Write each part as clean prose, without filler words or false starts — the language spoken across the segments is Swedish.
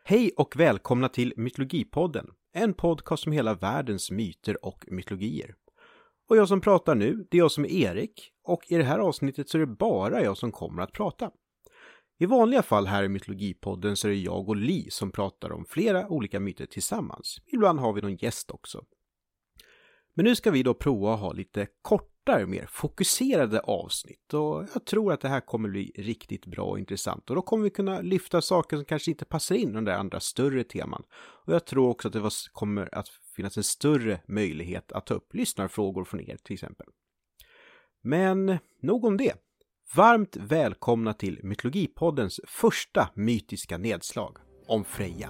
Hej och välkomna till Mytologipodden, en podcast om hela världens myter och mytologier. Och jag som pratar nu, det är jag som är Erik, och i det här avsnittet så är det bara jag som kommer att prata. I vanliga fall här i Mytologipodden så är det jag och Li som pratar om flera olika myter tillsammans. Ibland har vi någon gäst också. Men nu ska vi då prova att ha lite kortare, mer fokuserade avsnitt, och jag tror att det här kommer bli riktigt bra och intressant, och då kommer vi kunna lyfta saker som kanske inte passar in i de där andra större teman. Och jag tror också att det kommer att finnas en större möjlighet att ta upp lyssnarfrågor från er till exempel. Men nog om det. Varmt välkomna till Mytologipoddens första mytiska nedslag om Freja.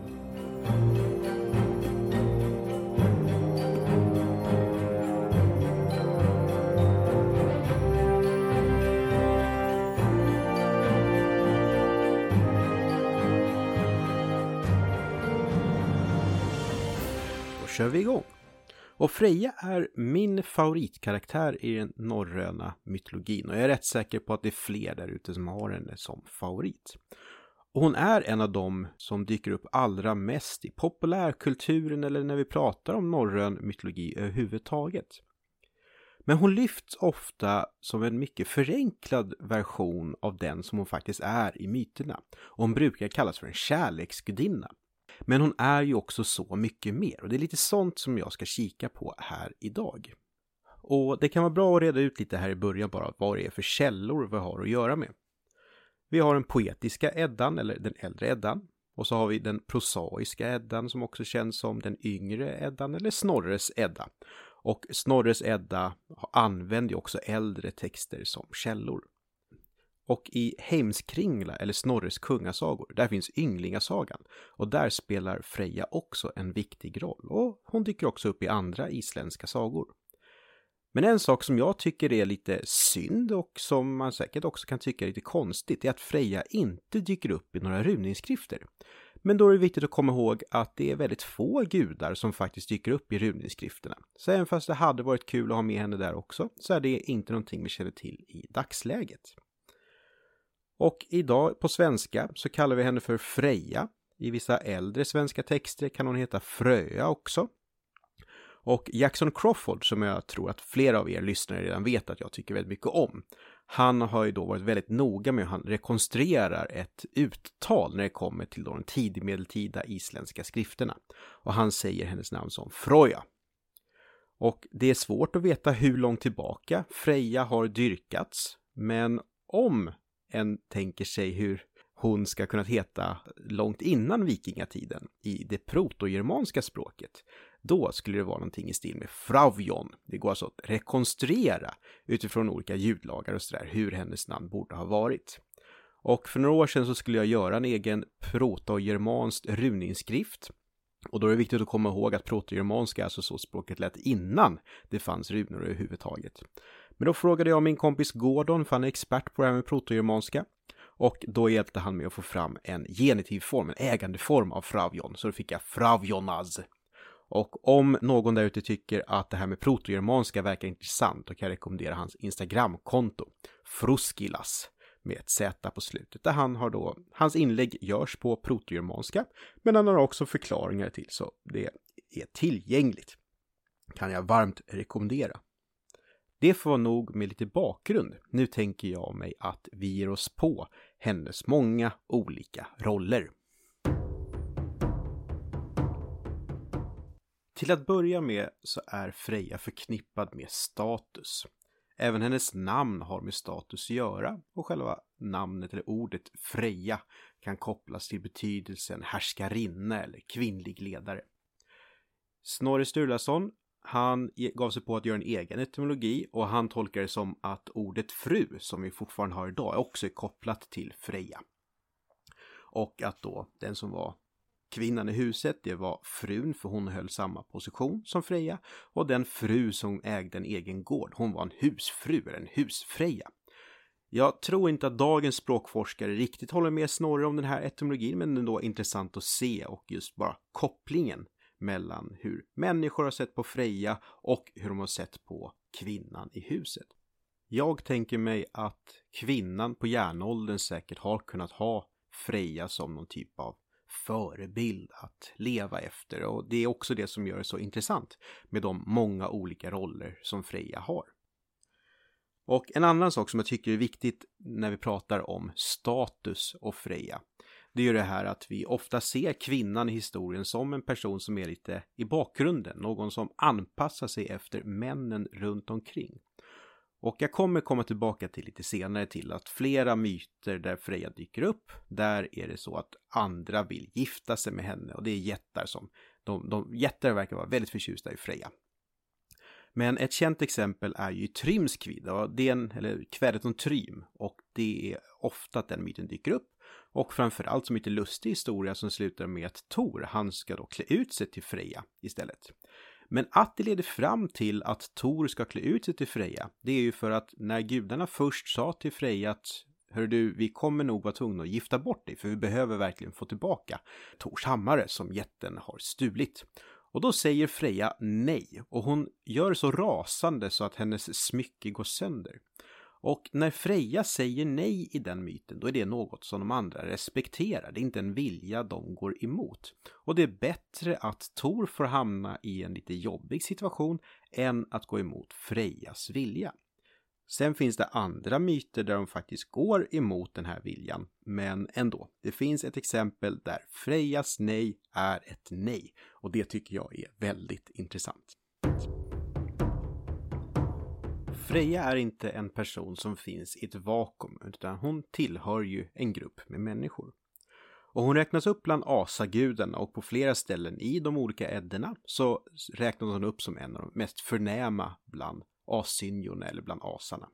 Kör vi igång. Och Freja är min favoritkaraktär i den norröna mytologin, och jag är rätt säker på att det är fler där ute som har henne som favorit. Och hon är en av dem som dyker upp allra mest i populärkulturen eller när vi pratar om norrön mytologi överhuvudtaget. Men hon lyfts ofta som en mycket förenklad version av den som hon faktiskt är i myterna, och hon brukar kallas för en kärleksgudinna. Men hon är ju också så mycket mer, och det är lite sånt som jag ska kika på här idag. Och det kan vara bra att reda ut lite här i början bara vad det är för källor vi har att göra med. Vi har den poetiska Eddan, eller den äldre Eddan, och så har vi den prosaiska Eddan som också känns som den yngre Eddan eller Snorres Edda. Och Snorres Edda använder ju också äldre texter som källor. Och i Heimskringla eller Snorres kungasagor, där finns Ynglingasagan, och där spelar Freja också en viktig roll, och hon dyker också upp i andra isländska sagor. Men en sak som jag tycker är lite synd och som man säkert också kan tycka är lite konstigt är att Freja inte dyker upp i några runinskrifter. Men då är det viktigt att komma ihåg att det är väldigt få gudar som faktiskt dyker upp i runinskrifterna. Så även fast det hade varit kul att ha med henne där också, så är det inte någonting vi känner till i dagsläget. Och idag på svenska så kallar vi henne för Freja. I vissa äldre svenska texter kan hon heta Fröja också. Och Jackson Crawford, som jag tror att flera av er lyssnare redan vet att jag tycker väldigt mycket om, han har ju då varit väldigt noga med hur han rekonstruerar ett uttal när det kommer till de tidigmedeltida isländska skrifterna. Och han säger hennes namn som Froja. Och det är svårt att veta hur långt tillbaka Freja har dyrkats, men om en tänker sig hur hon ska kunna heta långt innan vikingatiden i det protogermanska språket, då skulle det vara någonting i stil med Fravjon. Det går alltså att rekonstruera utifrån olika ljudlagar och sådär hur hennes namn borde ha varit. Och för några år sedan så skulle jag göra en egen protogermanskt runinskrift. Och då är det viktigt att komma ihåg att protogermanska, alltså så språket lät innan det fanns runor överhuvudtaget. Men då frågade jag min kompis Gordon, för han är expert på det här med protogermanska. Och då hjälpte han mig att få fram en genitivform, en ägandeform av Fravjon. Så då fick jag Fravjonaz. Och om någon där ute tycker att det här med protogermanska verkar intressant, då kan jag rekommendera hans Instagramkonto, Fruskilas, med ett Z på slutet. Där han har då, hans inlägg görs på protogermanska, men han har också förklaringar till, så det är tillgängligt. Kan jag varmt rekommendera. Det får vara nog med lite bakgrund. Nu tänker jag mig att vi ger oss på hennes många olika roller. Till att börja med så är Freja förknippad med status. Även hennes namn har med status att göra, och själva namnet eller ordet Freja kan kopplas till betydelsen härskarinna eller kvinnlig ledare. Snorre Sturlason, han gav sig på att göra en egen etymologi, och han tolkar det som att ordet fru, som vi fortfarande har idag, också är kopplat till Freja. Och att då den som var kvinnan i huset, det var frun, för hon höll samma position som Freja. Och den fru som ägde en egen gård, hon var en husfru eller en husfreja. Jag tror inte att dagens språkforskare riktigt håller med Snorre om den här etymologin, men det är ändå intressant att se, och just bara kopplingen mellan hur människor har sett på Freja och hur de har sett på kvinnan i huset. Jag tänker mig att kvinnan på järnåldern säkert har kunnat ha Freja som någon typ av förebild att leva efter. Och det är också det som gör det så intressant med de många olika roller som Freja har. Och en annan sak som jag tycker är viktigt när vi pratar om status och Freja, det är ju det här att vi ofta ser kvinnan i historien som en person som är lite i bakgrunden. Någon som anpassar sig efter männen runt omkring. Och jag kommer komma tillbaka till lite senare till att flera myter där Freja dyker upp, där är det så att andra vill gifta sig med henne. Och det är jättar som, jättar verkar vara väldigt förtjusta i Freja. Men ett känt exempel är ju Trymskvid, eller kvädet om Trym, och det är ofta att den myten dyker upp. Och framförallt som lite lustig historia som slutar med att Tor, han ska då klä ut sig till Freja istället. Men att det leder fram till att Tor ska klä ut sig till Freja, det är ju för att när gudarna först sa till Freja att hör du, vi kommer nog vara tvungna att gifta bort dig för vi behöver verkligen få tillbaka Tors hammare som jätten har stulit. Och då säger Freja nej och hon gör så rasande så att hennes smycke går sönder. Och när Freja säger nej i den myten, då är det något som de andra respekterar. Det är inte en vilja de går emot. Och det är bättre att Tor får hamna i en lite jobbig situation än att gå emot Frejas vilja. Sen finns det andra myter där de faktiskt går emot den här viljan. Men ändå, det finns ett exempel där Frejas nej är ett nej. Och det tycker jag är väldigt intressant. Freja är inte en person som finns i ett vakuum, utan hon tillhör ju en grupp med människor. Och hon räknas upp bland asagudarna och på flera ställen i de olika edderna så räknas hon upp som en av de mest förnäma bland asynjorna eller bland asarna.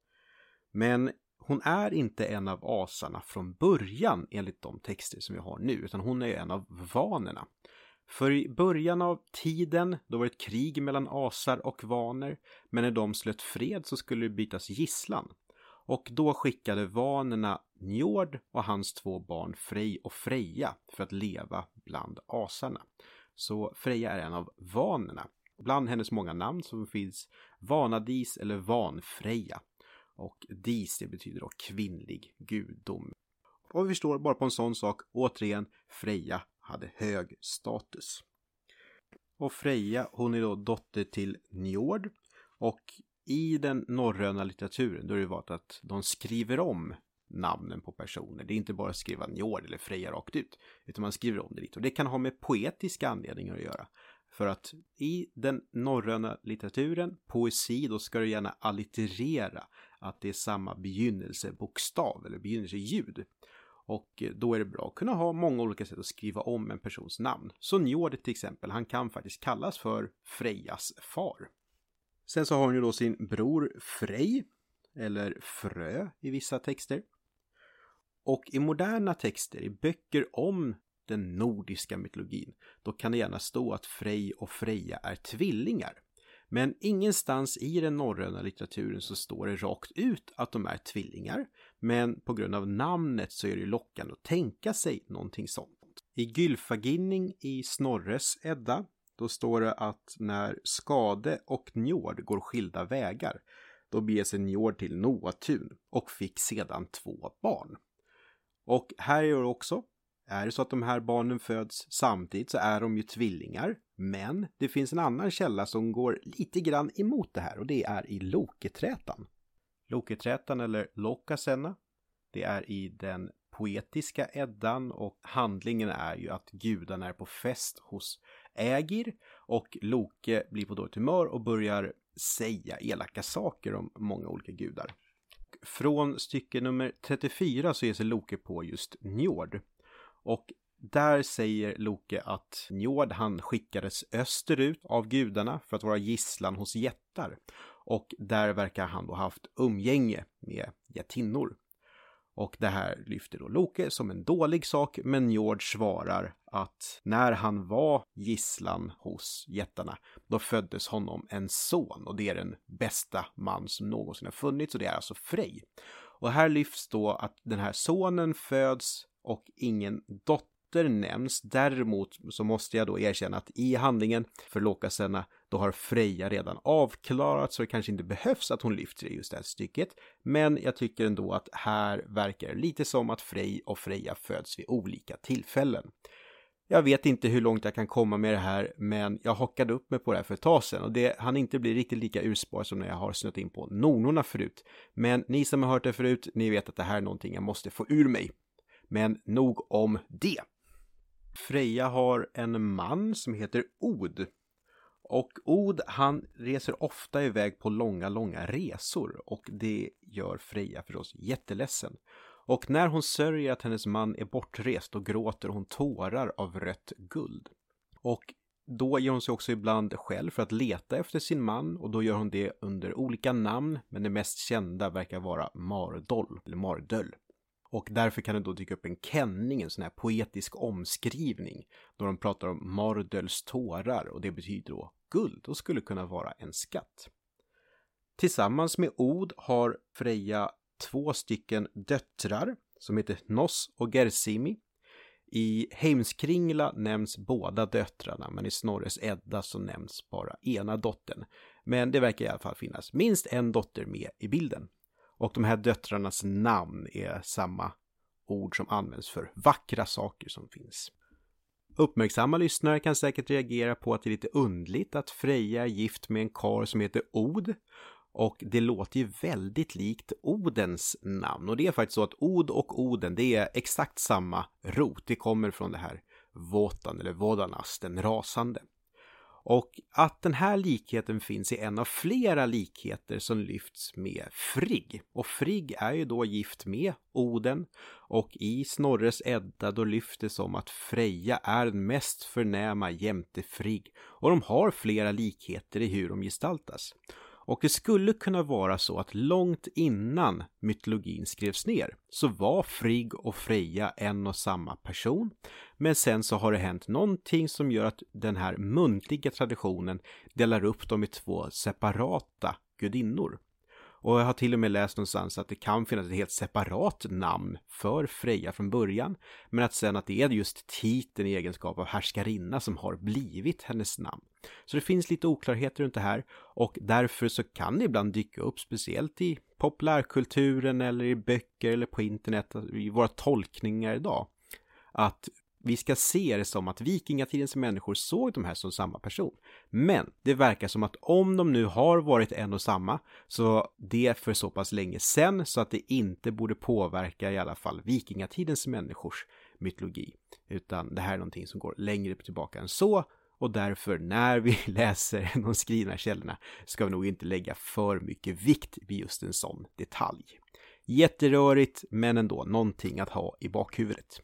Men hon är inte en av asarna från början enligt de texter som vi har nu, utan hon är en av vanerna. För i början av tiden, då var det ett krig mellan asar och vaner, men när de slöt fred så skulle det bytas gisslan. Och då skickade vanerna Njord och hans 2 barn Frej och Freja för att leva bland asarna. Så Freja är en av vanerna. Bland hennes många namn så finns Vanadis eller Vanfreja. Och Dis, det betyder då kvinnlig gudom. Och vi förstår bara på en sån sak, återigen, Freja hade hög status. Och Freja, hon är då dotter till Njord. Och i den norröna litteraturen då är det varit att de skriver om namnen på personer. Det är inte bara att skriva Njord eller Freja rakt ut, utan man skriver om det lite. Och det kan ha med poetiska anledningar att göra. För att i den norröna litteraturen, poesi, då ska det gärna allitterera att det är samma begynnelsebokstav eller begynnelseljud. Och då är det bra att kunna ha många olika sätt att skriva om en persons namn. Så Njord till exempel, han kan faktiskt kallas för Frejas far. Sen så har hon ju då sin bror Frej, eller Frö i vissa texter. Och i moderna texter, i böcker om den nordiska mytologin, då kan det gärna stå att Frej och Freja är tvillingar. Men ingenstans i den norröna litteraturen så står det rakt ut att de är tvillingar. Men på grund av namnet så är det lockande att tänka sig någonting sånt. I Gylfaginning i Snorres Edda, då står det att när Skade och Njord går skilda vägar, då beger sig Njord till Noatun och fick sedan 2 barn. Och här är det också, är det så att de här barnen föds samtidigt så är de ju tvillingar. Men det finns en annan källa som går lite grann emot det här och det är i Loketrätan. Loketrätan eller Lokasenna, det är i den poetiska Eddan och handlingen är ju att gudarna är på fest hos Ägir och Loke blir på dåligt humör och börjar säga elaka saker om många olika gudar. Från stycke nummer 34 så ger sig Loke på just Njord. Och där säger Loke att Njord han skickades österut av gudarna för att vara gisslan hos jättar. Och där verkar han då haft umgänge med jättinnor. Och det här lyfter då Loke som en dålig sak, men Njord svarar att när han var gisslan hos jättarna, då föddes honom en son och det är den bästa man som någonsin har funnits och det är alltså Frej. Och här lyfts då att den här sonen föds och ingen dotter nämns. Däremot så måste jag då erkänna att i handlingen för Lokasenna då har Freja redan avklarat så det kanske inte behövs att hon lyfter i just det här stycket. Men jag tycker ändå att här verkar det lite som att Frej och Freja föds vid olika tillfällen. Jag vet inte hur långt jag kan komma med det här, men jag hakade upp mig på det här för ett tag sedan och det hann inte bli riktigt lika urspår som när jag har snött in på Nornorna förut. Men ni som har hört det förut, ni vet att det här är någonting jag måste få ur mig. Men nog om det. Freja har en man som heter Od. Och Od, han reser ofta iväg på långa resor och det gör Freja förstås jätteledsen. Och när hon sörjer att hennes man är bortrest, då gråter hon tårar av rött guld. Och då ger hon sig också ibland själv för att leta efter sin man och då gör hon det under olika namn, men det mest kända verkar vara Mardoll eller Mardöll. Och därför kan det då dyka upp en kenning, en sån här poetisk omskrivning då de pratar om Mardölls tårar och det betyder då guld och skulle kunna vara en skatt. Tillsammans med Od har Freja 2 stycken döttrar som heter Hnoss och Gersimi. I Heimskringla nämns båda döttrarna, men i Snorres Edda så nämns bara ena dottern. Men det verkar i alla fall finnas minst en dotter med i bilden. Och de här döttrarnas namn är samma ord som används för vackra saker som finns. Uppmärksamma lyssnare kan säkert reagera på att det är lite undligt att Freja är gift med en karl som heter Od. Och det låter ju väldigt likt Odens namn. Och det är faktiskt så att Od och Oden, det är exakt samma rot. Det kommer från det här Wotan eller Wodanas, den rasande. Och att den här likheten finns i en av flera likheter som lyfts med Frigg. Och Frigg är ju då gift med Oden. Och i Snorres Edda då lyfts som att Freja är den mest förnäma jämte Frigg. Och de har flera likheter i hur de gestaltas. Och det skulle kunna vara så att långt innan mytologin skrevs ner så var Frigg och Freja en och samma person. Men sen så har det hänt någonting som gör att den här muntliga traditionen delar upp dem i 2 separata gudinnor. Och jag har till och med läst någonstans att det kan finnas ett helt separat namn för Freja från början. Men att sen att det är just titeln i egenskap av härskarinna som har blivit hennes namn. Så det finns lite oklarheter runt det här och därför så kan det ibland dyka upp speciellt i populärkulturen eller i böcker eller på internet i våra tolkningar idag. Att vi ska se det som att vikingatidens människor såg de här som samma person. Men det verkar som att om de nu har varit en och samma så det är för så pass länge sedan så att det inte borde påverka i alla fall vikingatidens människors mytologi. Utan det här är någonting som går längre tillbaka än så. Och därför när vi läser de skrivna källorna ska vi nog inte lägga för mycket vikt vid just en sån detalj. Jätterörigt men ändå någonting att ha i bakhuvudet.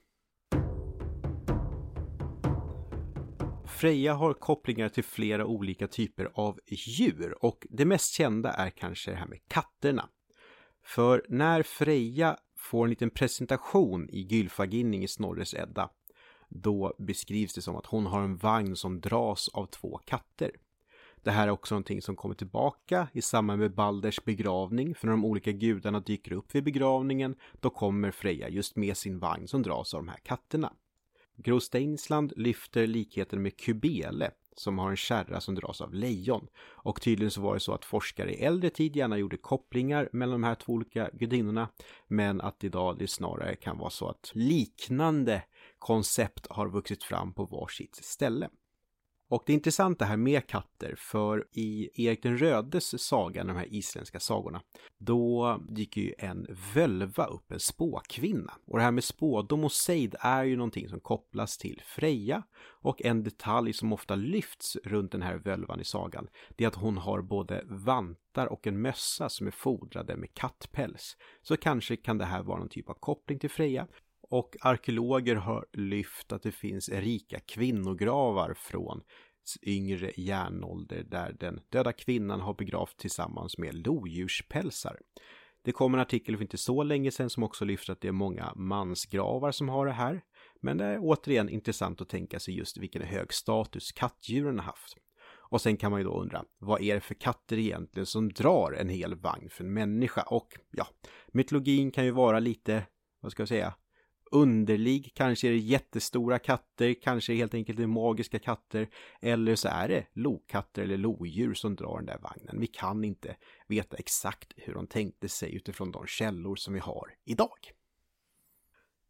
Freja har kopplingar till flera olika typer av djur och det mest kända är kanske det här med katterna. För när Freja får en liten presentation i Gylfaginning i Snorres Edda då beskrivs det som att hon har en vagn som dras av 2 katter. Det här är också någonting som kommer tillbaka i samband med Balders begravning. För när de olika gudarna dyker upp vid begravningen då kommer Freja just med sin vagn som dras av de här katterna. Gro Steinsland lyfter likheten med Kybele som har en kärra som dras av lejon. Och tydligen så var det så att forskare i äldre tid gärna gjorde kopplingar mellan de här 2 olika gudinnorna. Men att idag det snarare kan vara så att liknande koncept har vuxit fram på varsitt ställe. Och det är intressant det här med katter för i Erik den Rödes saga, de här isländska sagorna, då dyker ju en völva upp, en spåkvinna. Och det här med spådom och sejd är ju någonting som kopplas till Freja och en detalj som ofta lyfts runt den här völvan i sagan, det är att hon har både vantar och en mössa som är fodrade med kattpäls. Så kanske kan det här vara någon typ av koppling till Freja. Och arkeologer har lyft att det finns rika kvinnogravar från yngre järnålder där den döda kvinnan har begravt tillsammans med lodjurspälsar. Det kom en artikel för inte så länge sedan som också lyfter att det är många mansgravar som har det här. Men det är återigen intressant att tänka sig just vilken hög status kattdjuren har haft. Och sen kan man ju då undra, vad är det för katter egentligen som drar en hel vagn för en människa? Och ja, mytologin kan ju vara lite, vad ska jag säga, underlig, kanske är det jättestora katter, kanske helt enkelt är magiska katter, eller så är det lokatter eller lodjur som drar den där vagnen. Vi kan inte veta exakt hur de tänkte sig utifrån de källor som vi har idag.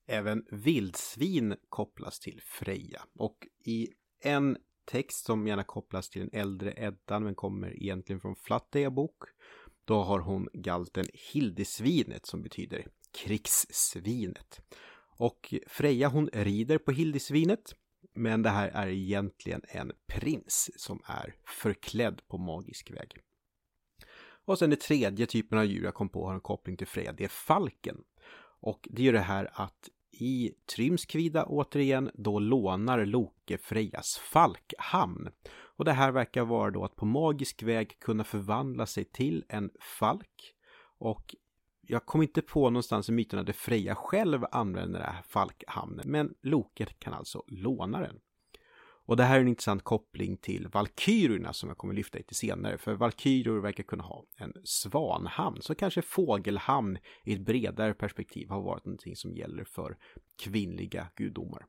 Även vildsvin kopplas till Freja, och i en text som gärna kopplas till den äldre Eddan men kommer egentligen från Flatteja bok, då har hon galten Hildisvinet som betyder krigssvinet. Och Freja hon rider på Hildisvinet, men det här är egentligen en prins som är förklädd på magisk väg. Och sen den tredje typen av djur jag kom på har en koppling till Freja, det är falken. Och det är ju det här att i Trymskvida återigen, då lånar Loke Frejas falkhamn. Och det här verkar vara då att på magisk väg kunna förvandla sig till en falk. Och jag kom inte på någonstans i myterna där Freja själv använder den här falkhamnen, men Loke kan alltså låna den. Och det här är en intressant koppling till valkyrierna som jag kommer lyfta lite senare. För valkyrior verkar kunna ha en svanhamn. Så kanske fågelhamn i ett bredare perspektiv har varit någonting som gäller för kvinnliga gudomar.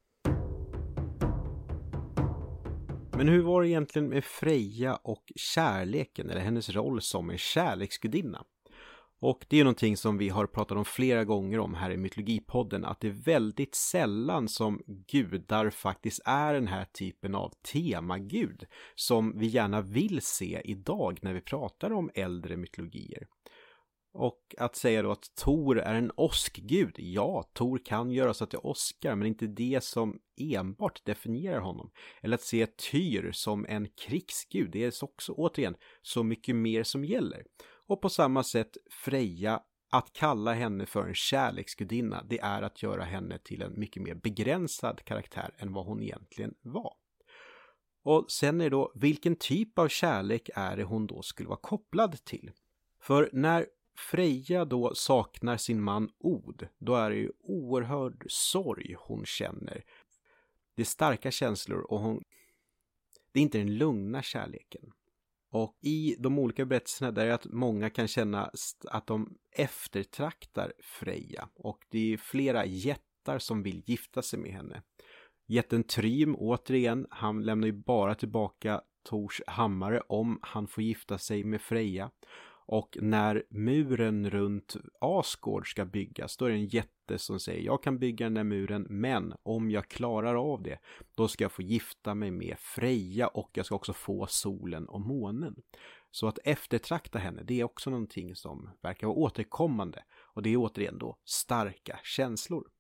Men hur var det egentligen med Freja och kärleken, eller hennes roll som en kärleksgudinna? Och det är någonting som vi har pratat om flera gånger om här i Mytologipodden, att det är väldigt sällan som gudar faktiskt är den här typen av temagud som vi gärna vill se idag när vi pratar om äldre mytologier. Och att säga då att Tor är en åskgud, ja, Tor kan göra så att det åskar, men inte det som enbart definierar honom. Eller att se Tyr som en krigsgud, det är också återigen så mycket mer som gäller. Och på samma sätt Freja, att kalla henne för en kärleksgudinna, det är att göra henne till en mycket mer begränsad karaktär än vad hon egentligen var. Och sen är då, vilken typ av kärlek är det hon då skulle vara kopplad till? För när Freja då saknar sin man Od, då är det ju oerhörd sorg hon känner. Det är starka känslor och det är inte den lugna kärleken. Och i de olika berättelserna där är att många kan känna att de eftertraktar Freja. Och det är flera jättar som vill gifta sig med henne. Jätten Trym, återigen, han lämnar ju bara tillbaka Tors hammare om han får gifta sig med Freja. Och när muren runt Asgård ska byggas, då är det en jätte som säger: jag kan bygga den där muren, men om jag klarar av det, då ska jag få gifta mig med Freja och jag ska också få solen och månen. Så att eftertrakta henne, det är också någonting som verkar vara återkommande. Och det är återigen då starka känslor.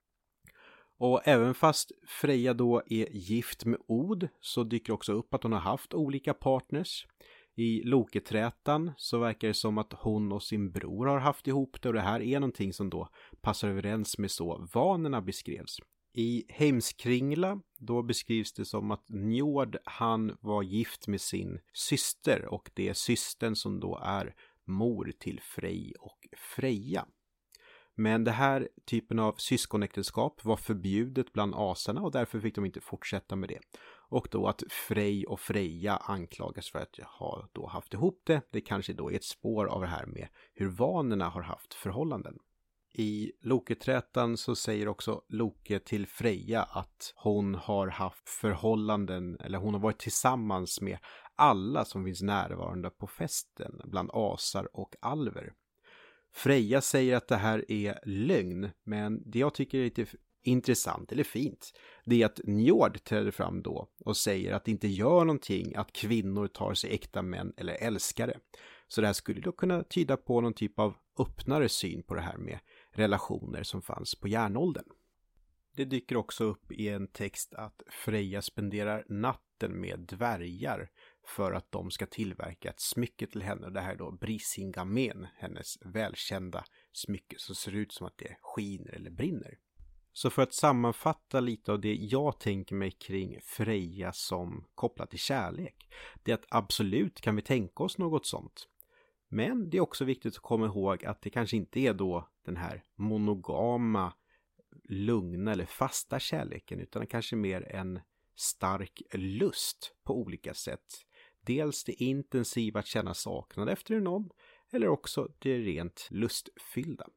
Och även fast Freja då är gift med Od, så dyker också upp att hon har haft olika partners. I Loketrätan så verkar det som att hon och sin bror har haft ihop det, och det här är någonting som då passar överens med så vanorna beskrevs. I Heimskringla då beskrivs det som att Njord, han var gift med sin syster, och det är systern som då är mor till Frej och Freja. Men det här typen av syskonäktenskap var förbjudet bland asarna, och därför fick de inte fortsätta med det. Och då att Frej och Freja anklagas för att ha då haft ihop det kanske då är ett spår av det här med hur vanorna har haft förhållanden. I Loketrätan så säger också Loke till Freja att hon har haft förhållanden, eller hon har varit tillsammans med alla som finns närvarande på festen, bland asar och alver. Freja säger att det här är lögn, men det jag tycker är lite intressant eller fint, det är att Njord träder fram då och säger att det inte gör någonting att kvinnor tar sig äkta män eller älskare. Så det här skulle då kunna tyda på någon typ av öppnare syn på det här med relationer som fanns på järnåldern. Det dyker också upp i en text att Freja spenderar natten med dvärgar för att de ska tillverka ett smycke till henne. Det här är då Brisingamen, hennes välkända smycke som ser ut som att det skiner eller brinner. Så för att sammanfatta lite av det jag tänker mig kring Freja som kopplat till kärlek, det är att absolut kan vi tänka oss något sånt. Men det är också viktigt att komma ihåg att det kanske inte är då den här monogama, lugna eller fasta kärleken, utan kanske mer en stark lust på olika sätt. Dels det intensiva att känna saknad efter någon, eller också det rent lustfyllda.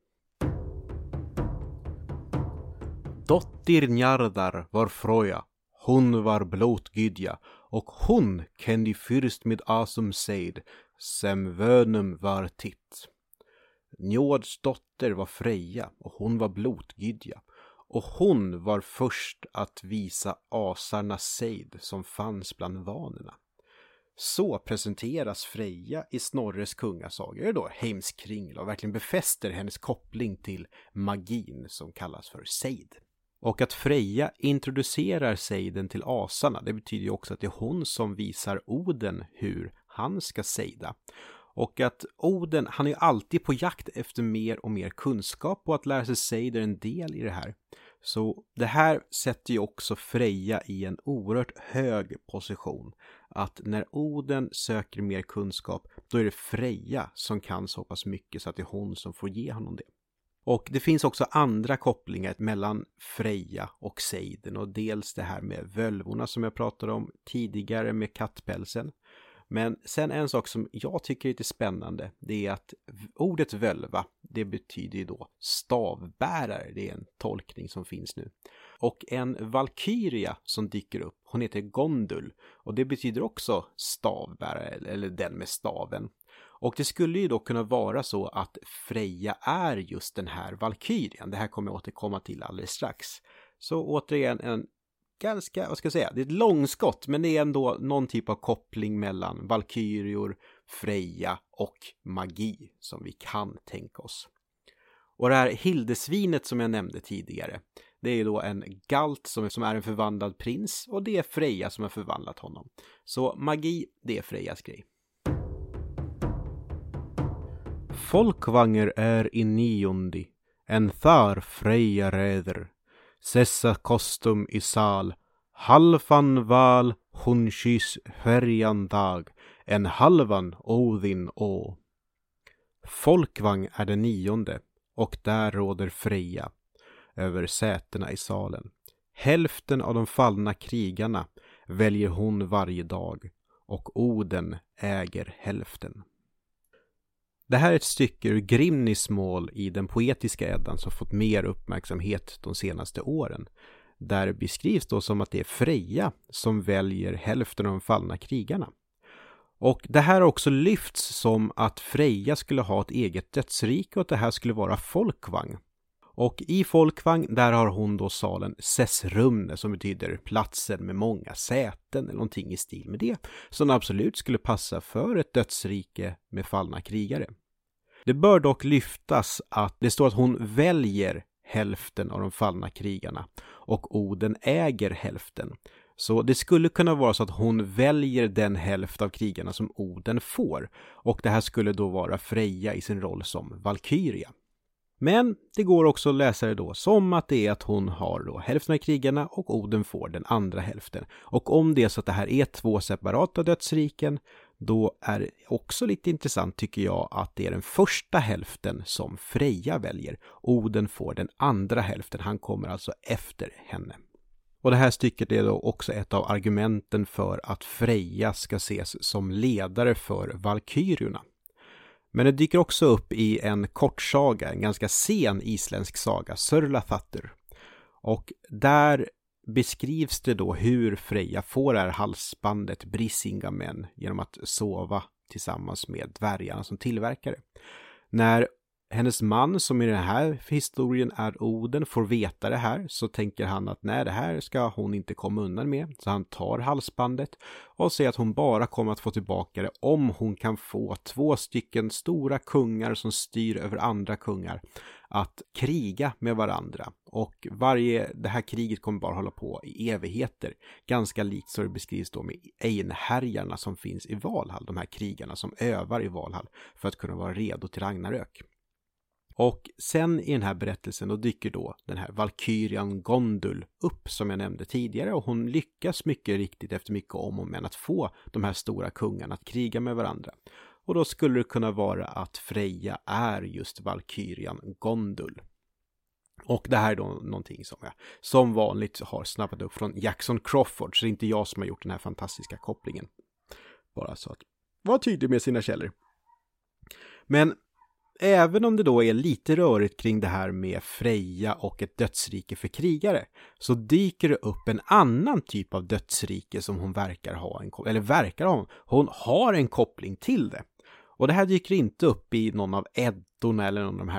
Dottir Njardar var Froja, hon var blåtgydja, och hon kendi fyrst med asum seid, sem vönum var titt. Njords dotter var Freja, och hon var blåtgydja, Och hon var först att visa asarna sejd som fanns bland vanorna. Så presenteras Freja i Snorres kungasagor då Heimskringla och verkligen befäster hennes koppling till magin som kallas för sejd. Och att Freja introducerar sejden till asarna, det betyder ju också att det är hon som visar Oden hur han ska sejda. Och att Oden, han är ju alltid på jakt efter mer och mer kunskap, och att lära sig sejd är en del i det här. Så det här sätter ju också Freja i en oerhört hög position. Att när Oden söker mer kunskap, då är det Freja som kan så pass mycket så att det är hon som får ge honom det. Och det finns också andra kopplingar mellan Freja och sejden, och dels det här med völvorna som jag pratade om tidigare med kattpälsen. Men sen en sak som jag tycker är lite spännande, det är att ordet völva, det betyder ju då stavbärare, det är en tolkning som finns nu. Och en valkyria som dyker upp, hon heter Gondul, och det betyder också stavbärare eller den med staven. Och det skulle ju då kunna vara så att Freja är just den här valkyrian. Det här kommer jag återkomma till alldeles strax. Så återigen en ganska, vad ska jag säga, det är ett långskott, men det är ändå någon typ av koppling mellan valkyrior, Freja och magi som vi kan tänka oss. Och det här Hildesvinet som jag nämnde tidigare, det är ju då en galt som är en förvandlad prins, och det är Freja som har förvandlat honom. Så magi, det är Frejas grej. Folkvanger är i niondi, en thar Freja räder. Sessa kostum i sal, halvan val hunskis färjan dag, en halvan Odin å. Folkvang är den 9:e, och där råder Freja över sätena i salen. Hälften av de fallna krigarna väljer hon varje dag, och Oden äger hälften. Det här är ett stycke ur Grimnis mål i den poetiska Eddan som fått mer uppmärksamhet de senaste åren. Där beskrivs då som att det är Freja som väljer hälften av de fallna krigarna. Och det här har också lyfts som att Freja skulle ha ett eget dödsrike och att det här skulle vara Folkvang. Och i Folkvang, där har hon då salen Sessrumne, som betyder platsen med många säten eller någonting i stil med det, som absolut skulle passa för ett dödsrike med fallna krigare. Det bör dock lyftas att det står att hon väljer hälften av de fallna krigarna och Oden äger hälften. Så det skulle kunna vara så att hon väljer den hälft av krigarna som Oden får, och det här skulle då vara Freja i sin roll som valkyria. Men det går också att läsa det då som att det är att hon har då hälften av krigarna och Oden får den andra hälften. Och om det är så att det här är 2 separata dödsriken, då är det också lite intressant tycker jag att det är den första hälften som Freja väljer. Oden får den andra hälften, han kommer alltså efter henne. Och det här stycket är då också ett av argumenten för att Freja ska ses som ledare för valkyriorna. Men det dyker också upp i en kortsaga, en ganska sen isländsk saga, Sörlafattur. Och där beskrivs det då hur Freja får det här halsbandet Brisingamen genom att sova tillsammans med dvärgarna som tillverkare. När hennes man, som i den här historien är Oden, får veta det här så tänker han att nej, det här ska hon inte komma undan med. Så han tar halsbandet och säger att hon bara kommer att få tillbaka det om hon kan få 2 stycken stora kungar som styr över andra kungar att kriga med varandra. Och det här kriget kommer bara hålla på i evigheter. Ganska likt så det beskrivs då med Einherjarna som finns i Valhall. De här krigarna som övar i Valhall för att kunna vara redo till Ragnarök. Och sen i den här berättelsen då dyker då den här valkyrian Gondul upp som jag nämnde tidigare, och hon lyckas mycket riktigt efter mycket om och men att få de här stora kungarna att kriga med varandra. Och då skulle det kunna vara att Freja är just valkyrian Gondul. Och det här är då någonting som jag som vanligt har snappat upp från Jackson Crawford, så det är inte jag som har gjort den här fantastiska kopplingen. Bara så att var tydlig med sina källor. Men även om det då är lite rörigt kring det här med Freja och ett dödsrike för krigare, så dyker det upp en annan typ av dödsrike som hon hon har en koppling till det. Och det här dyker inte upp i någon av Eddorna eller någon av de här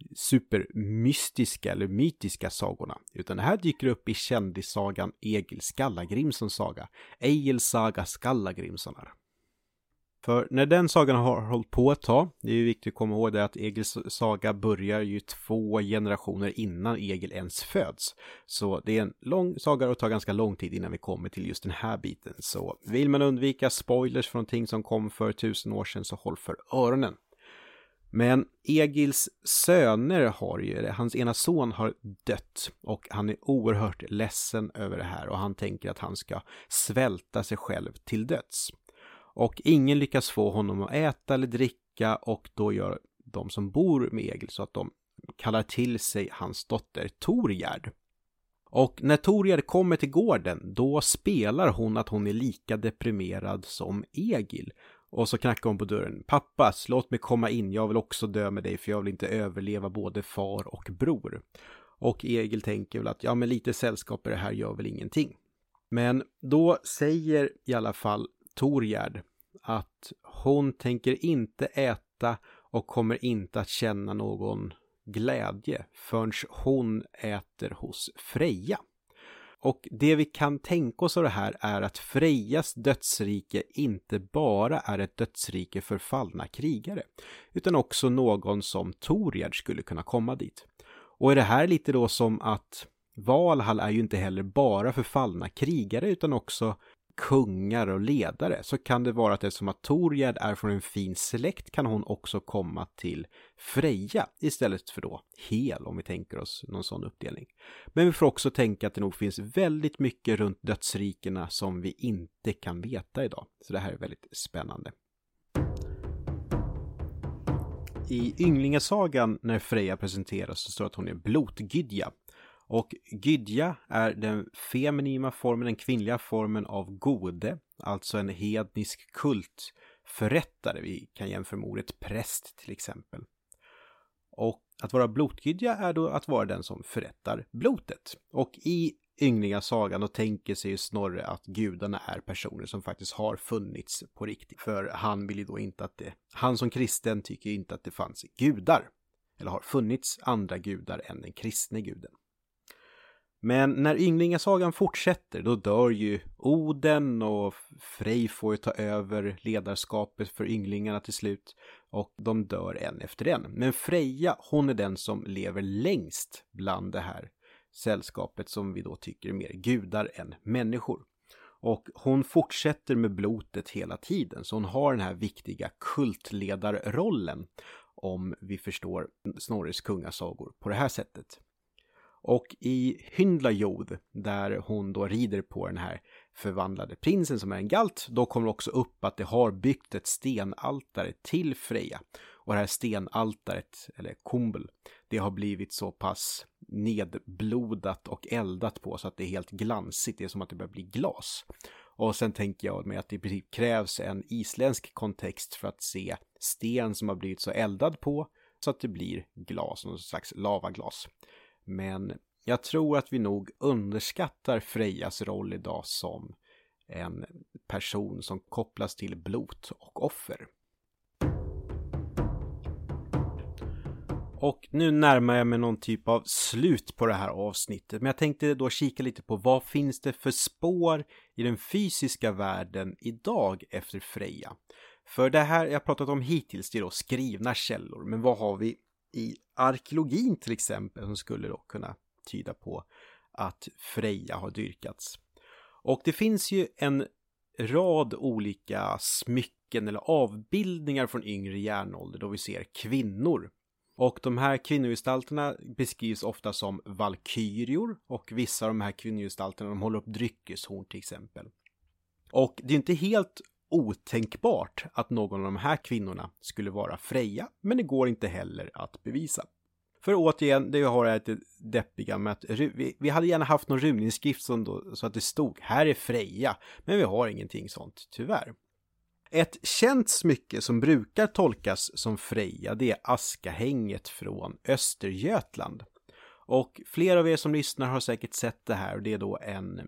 supermystiska eller mytiska sagorna. Utan det här dyker upp i kändissagan Egil Skallagrimssons saga. Egil saga Skallagrimssonar. För när den sagan har hållit på ett tag, det är ju viktigt att komma ihåg det att Egils saga börjar ju 2 generationer innan Egil ens föds. Så det är en lång saga och tar ganska lång tid innan vi kommer till just den här biten. Så vill man undvika spoilers från någonting som kom för 1000 år sedan så håll för öronen. Men Egils söner hans ena son har dött och han är oerhört ledsen över det här och han tänker att han ska svälta sig själv till döds. Och ingen lyckas få honom att äta eller dricka och då gör de som bor med Egil så att de kallar till sig hans dotter Torgerd. Och när Torgerd kommer till gården då spelar hon att hon är lika deprimerad som Egil. Och så knackar hon på dörren. Pappa, låt mig komma in. Jag vill också dö med dig för jag vill inte överleva både far och bror. Och Egil tänker väl att men lite sällskap i det här gör väl ingenting. Men då säger i alla fall Torgerd att hon tänker inte äta och kommer inte att känna någon glädje förrän hon äter hos Freja. Och det vi kan tänka oss av det här är att Frejas dödsrike inte bara är ett dödsrike för fallna krigare utan också någon som Torgerd skulle kunna komma dit. Och är det här lite då som att Valhall är ju inte heller bara för fallna krigare utan också kungar och ledare, så kan det vara att det som att Torgerd är från en fin släkt kan hon också komma till Freja istället för då Hel, om vi tänker oss någon sån uppdelning. Men vi får också tänka att det nog finns väldigt mycket runt dödsrikena som vi inte kan veta idag. Så det här är väldigt spännande. I Ynglingasagan när Freja presenteras så står att hon är Blotgydja. Och Gydja är den feminina formen, den kvinnliga formen av gode, alltså en hednisk kultförrättare. Vi kan jämföra med ordet präst till exempel. Och att vara Blotgydja är då att vara den som förrättar blotet. Och i Ynglingasagan då tänker sig ju Snorre att gudarna är personer som faktiskt har funnits på riktigt. För han vill ju då inte att han som kristen tycker inte att det fanns gudar. Eller har funnits andra gudar än den kristne guden. Men när Ynglingasagan fortsätter då dör ju Oden och Frej får ju ta över ledarskapet för ynglingarna till slut och de dör en efter en. Men Freja, hon är den som lever längst bland det här sällskapet som vi då tycker är mer gudar än människor. Och hon fortsätter med blotet hela tiden så hon har den här viktiga kultledarrollen om vi förstår Snorres kungasagor på det här sättet. Och i Hyndlajod, där hon då rider på den här förvandlade prinsen som är en galt, då kommer också upp att det har byggt ett stenaltare till Freja. Och det här stenaltaret, eller kumbel, det har blivit så pass nedblodat och eldat på så att det är helt glansigt, det är som att det börjar bli glas. Och sen tänker jag mig att det i princip krävs en isländsk kontext för att se sten som har blivit så eldad på så att det blir glas, någon slags lavaglas. Men jag tror att vi nog underskattar Frejas roll idag som en person som kopplas till blot och offer. Och nu närmar jag mig någon typ av slut på det här avsnittet. Men jag tänkte då kika lite på vad finns det för spår i den fysiska världen idag efter Freja. För det här jag pratat om hittills det är då skrivna källor. Men vad har vi i arkeologin till exempel som skulle då kunna tyda på att Freja har dyrkats. Och det finns ju en rad olika smycken eller avbildningar från yngre järnålder då vi ser kvinnor. Och de här kvinnogestalterna beskrivs ofta som valkyrior och vissa av de här kvinnogestalterna de håller upp dryckeshorn till exempel. Och det är inte helt otänkbart att någon av de här kvinnorna skulle vara Freja, men det går inte heller att bevisa. För återigen, det jag har är lite deppiga med att vi hade gärna haft någon runinnskrift så att det stod här är Freja, men vi har ingenting sånt tyvärr. Ett känt smycke som brukar tolkas som Freja det är Askahänget från Östergötland. Och flera av er som lyssnar har säkert sett det här och det är då en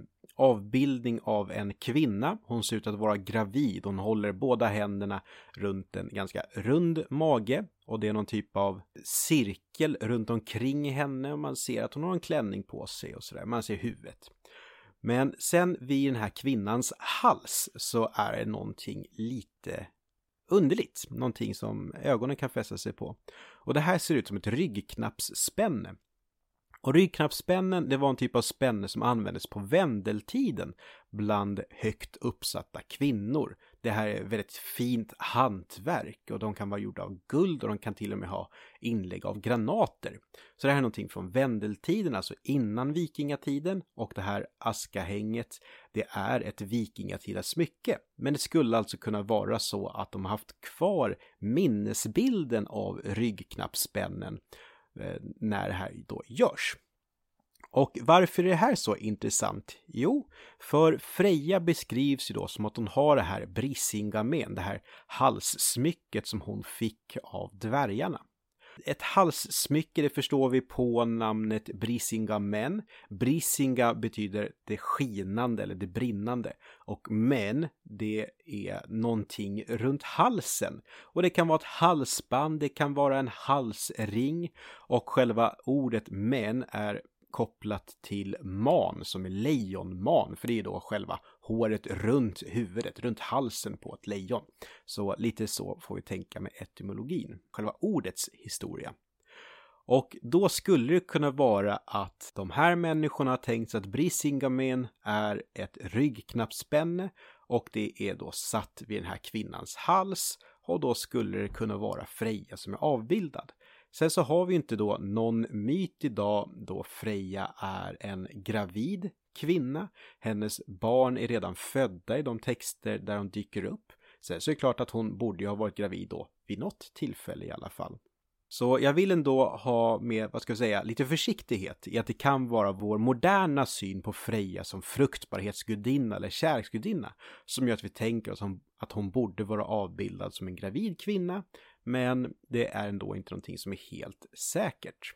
avbildning av en kvinna. Hon ser ut att vara gravid. Hon håller båda händerna runt en ganska rund mage. Och det är någon typ av cirkel runt omkring henne. Och man ser att hon har en klänning på sig och sådär. Man ser huvudet. Men sen vid den här kvinnans hals så är det någonting lite underligt. Någonting som ögonen kan fästa sig på. Och det här ser ut som ett ryggknappsspänne. Och ryggknappsspännen, det var en typ av spänne som användes på vändeltiden bland högt uppsatta kvinnor. Det här är väldigt fint hantverk och de kan vara gjorda av guld och de kan till och med ha inlägg av granater. Så det här är någonting från vändeltiden, alltså innan vikingatiden, och det här askahänget, det är ett vikingatida smycke. Men det skulle alltså kunna vara så att de har haft kvar minnesbilden av ryggknappsspännen när det här då görs. Och varför är det här så intressant? Jo, för Freja beskrivs ju då som att hon har det här Brisingamen, det här halssmycket som hon fick av dvärgarna. Ett halssmycke, det förstår vi på namnet Brisingamen. Brisinga betyder det skinande eller det brinnande. Och men, det är någonting runt halsen. Och det kan vara ett halsband, det kan vara en halsring. Och själva ordet men är kopplat till man, som är lejonman. För det är då själva håret runt huvudet, runt halsen på ett lejon. Så lite så får vi tänka med etymologin, själva ordets historia. Och då skulle det kunna vara att de här människorna har tänkt sig att Brisingamen är ett ryggknappsspänne och det är då satt vid den här kvinnans hals, och då skulle det kunna vara Freja som är avbildad. Sen så har vi inte då någon myt idag då Freja är en gravid kvinna. Hennes barn är redan födda i de texter där de dyker upp. Sen så är det klart att hon borde ju ha varit gravid då vid något tillfälle i alla fall. Så jag vill ändå ha med, lite försiktighet i att det kan vara vår moderna syn på Freja som fruktbarhetsgudinna eller kärleksgudinna som gör att vi tänker oss att hon borde vara avbildad som en gravid kvinna, men det är ändå inte någonting som är helt säkert.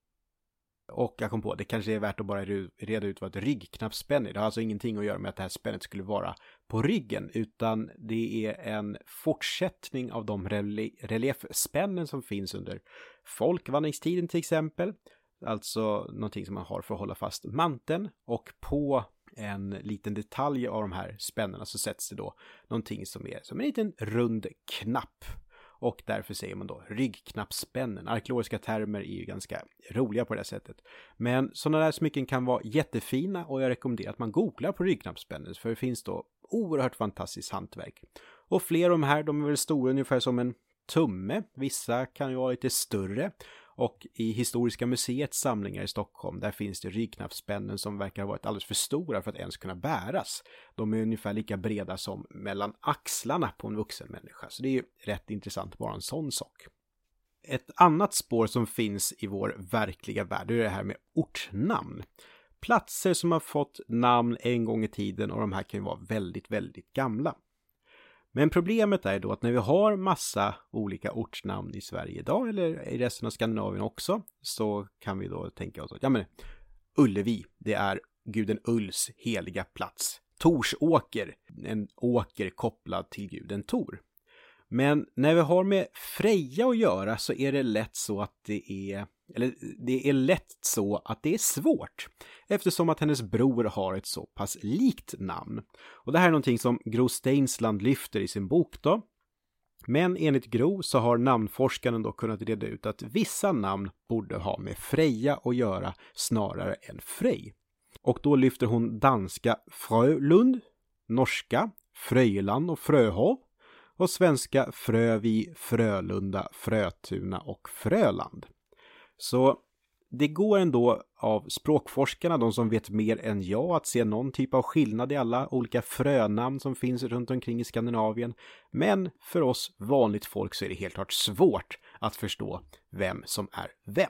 Och jag kom på, det kanske är värt att bara reda ut vad ett ryggknappsspänne är. Det har alltså ingenting att göra med att det här spännet skulle vara på ryggen, utan det är en fortsättning av de reliefspännen som finns under folkvandringstiden till exempel. Alltså någonting som man har för att hålla fast manteln, och på en liten detalj av de här spännena så sätts det då någonting som är som en liten rund knapp. Och därför säger man då ryggknappsspännen. Arkeologiska termer är ju ganska roliga på det sättet. Men sådana där smycken kan vara jättefina, och jag rekommenderar att man googlar på ryggknappsspännen, för det finns då oerhört fantastiskt hantverk. Och fler av de här, de är väl stora ungefär som en tumme. Vissa kan ju vara lite större. Och i Historiska museets samlingar i Stockholm, där finns det ryggknappsspännen som verkar ha varit alldeles för stora för att ens kunna bäras. De är ungefär lika breda som mellan axlarna på en vuxen människa. Så det är ju rätt intressant, bara en sån sak. Ett annat spår som finns i vår verkliga värld är det här med ortnamn. Platser som har fått namn en gång i tiden, och de här kan ju vara väldigt, väldigt gamla. Men problemet är då att när vi har massa olika ortsnamn i Sverige idag, eller i resten av Skandinavien också, så kan vi då tänka oss att Ullevi, det är guden Ulls heliga plats. Torsåker, en åker kopplad till guden Tor. Men när vi har med Freja att göra så är det lätt så att det är svårt, eftersom att hennes bror har ett så pass likt namn. Och det här är någonting som Gro Steinsland lyfter i sin bok då. Men enligt Gro så har namnforskaren då kunnat reda ut att vissa namn borde ha med Freja att göra snarare än Frej. Och då lyfter hon danska Frölund, norska Fröjland och Fröhov, och svenska Frövi, Frölunda, Frötuna och Fröland. Så det går ändå av språkforskarna, de som vet mer än jag, att se någon typ av skillnad i alla olika frönamn som finns runt omkring i Skandinavien. Men för oss vanligt folk så är det helt klart svårt att förstå vem som är vem.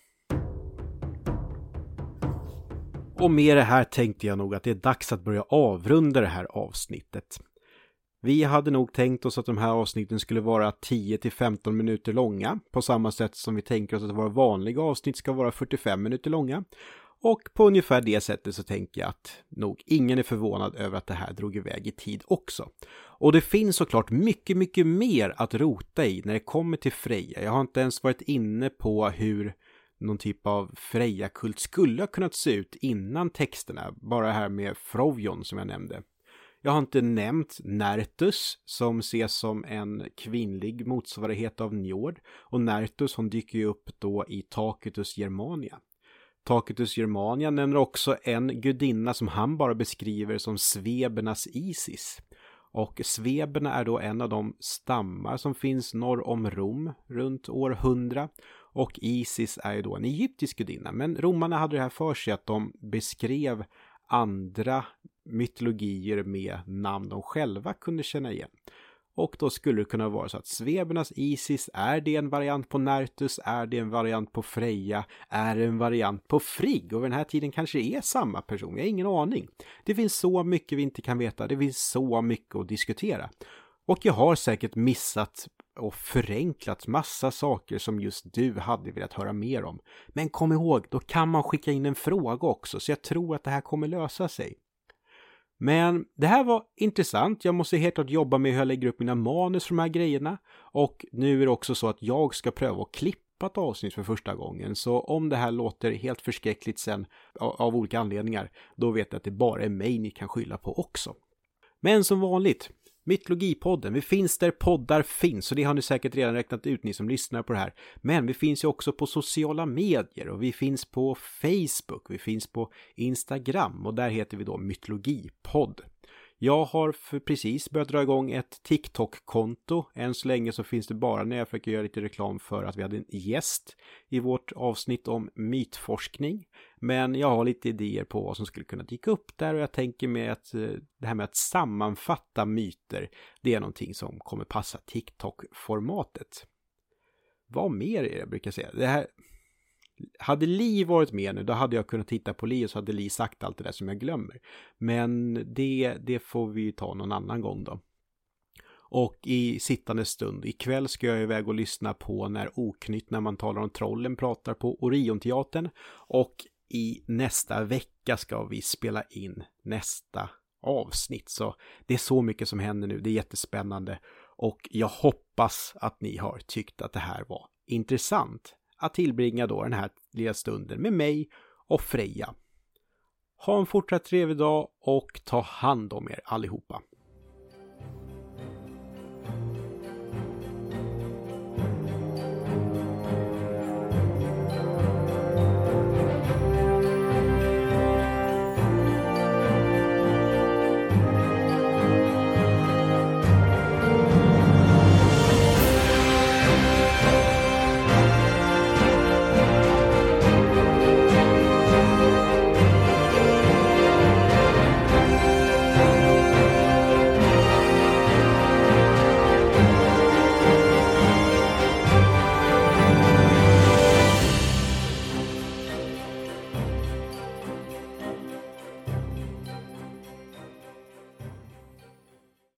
Och med det här tänkte jag nog att det är dags att börja avrunda det här avsnittet. Vi hade nog tänkt oss att de här avsnitten skulle vara 10-15 minuter långa, på samma sätt som vi tänker oss att våra vanliga avsnitt ska vara 45 minuter långa. Och på ungefär det sättet så tänker jag att nog ingen är förvånad över att det här drog iväg i tid också. Och det finns såklart mycket, mycket mer att rota i när det kommer till Freja. Jag har inte ens varit inne på hur någon typ av Freja-kult skulle ha kunnat se ut innan texterna. Bara här med Frovjon som jag nämnde. Jag har inte nämnt Nertus som ses som en kvinnlig motsvarighet av Njord. Och Nertus hon dyker ju upp då i Tacitus Germania. Tacitus Germania nämner också en gudinna som han bara beskriver som svebernas Isis. Och sveberna är då en av de stammar som finns norr om Rom runt år 100. Och Isis är ju då en egyptisk gudinna. Men romarna hade det här för sig att de beskrev andra mytologier med namn de själva kunde känna igen. Och då skulle det kunna vara så att svebernas Isis, är det en variant på Nertus, är det en variant på Freja, är det en variant på Frigg? Och vid den här tiden kanske det är samma person, jag har ingen aning. Det finns så mycket vi inte kan veta, det finns så mycket att diskutera. Och jag har säkert missat och förenklat massa saker som just du hade velat höra mer om. Men kom ihåg, då kan man skicka in en fråga också, så jag tror att det här kommer lösa sig. Men det här var intressant. Jag måste helt klart jobba med hur jag lägger upp mina manus för de här grejerna. Och nu är det också så att jag ska pröva att klippa ett avsnitt för första gången. Så om det här låter helt förskräckligt sen av olika anledningar, då vet jag att det bara är mig ni kan skylla på också. Men som vanligt, Mytologipodden, vi finns där poddar finns, så det har ni säkert redan räknat ut ni som lyssnar på det här. Men vi finns ju också på sociala medier och vi finns på Facebook, vi finns på Instagram och där heter vi då Mytologipodd. Jag har precis börjat dra igång ett TikTok-konto. Än så länge så finns det bara när jag försöker göra lite reklam för att vi hade en gäst i vårt avsnitt om mytforskning. Men jag har lite idéer på vad som skulle kunna dyka upp där och jag tänker med att det här med att sammanfatta myter, det är någonting som kommer passa TikTok-formatet. Vad mer är det jag brukar säga? Det här... Hade Li varit med nu, då hade jag kunnat titta på Li och så hade Li sagt allt det där som jag glömmer. Men det får vi ta någon annan gång då. Och i sittande stund, ikväll ska jag iväg och lyssna på när Oknytt när man talar om trollen pratar på Orionteatern. Och i nästa vecka ska vi spela in nästa avsnitt. Så det är så mycket som händer nu, det är jättespännande. Och jag hoppas att ni har tyckt att det här var intressant. Att tillbringa då den här lilla stunden med mig och Freja. Ha en fortsatt trevlig dag och ta hand om er allihopa.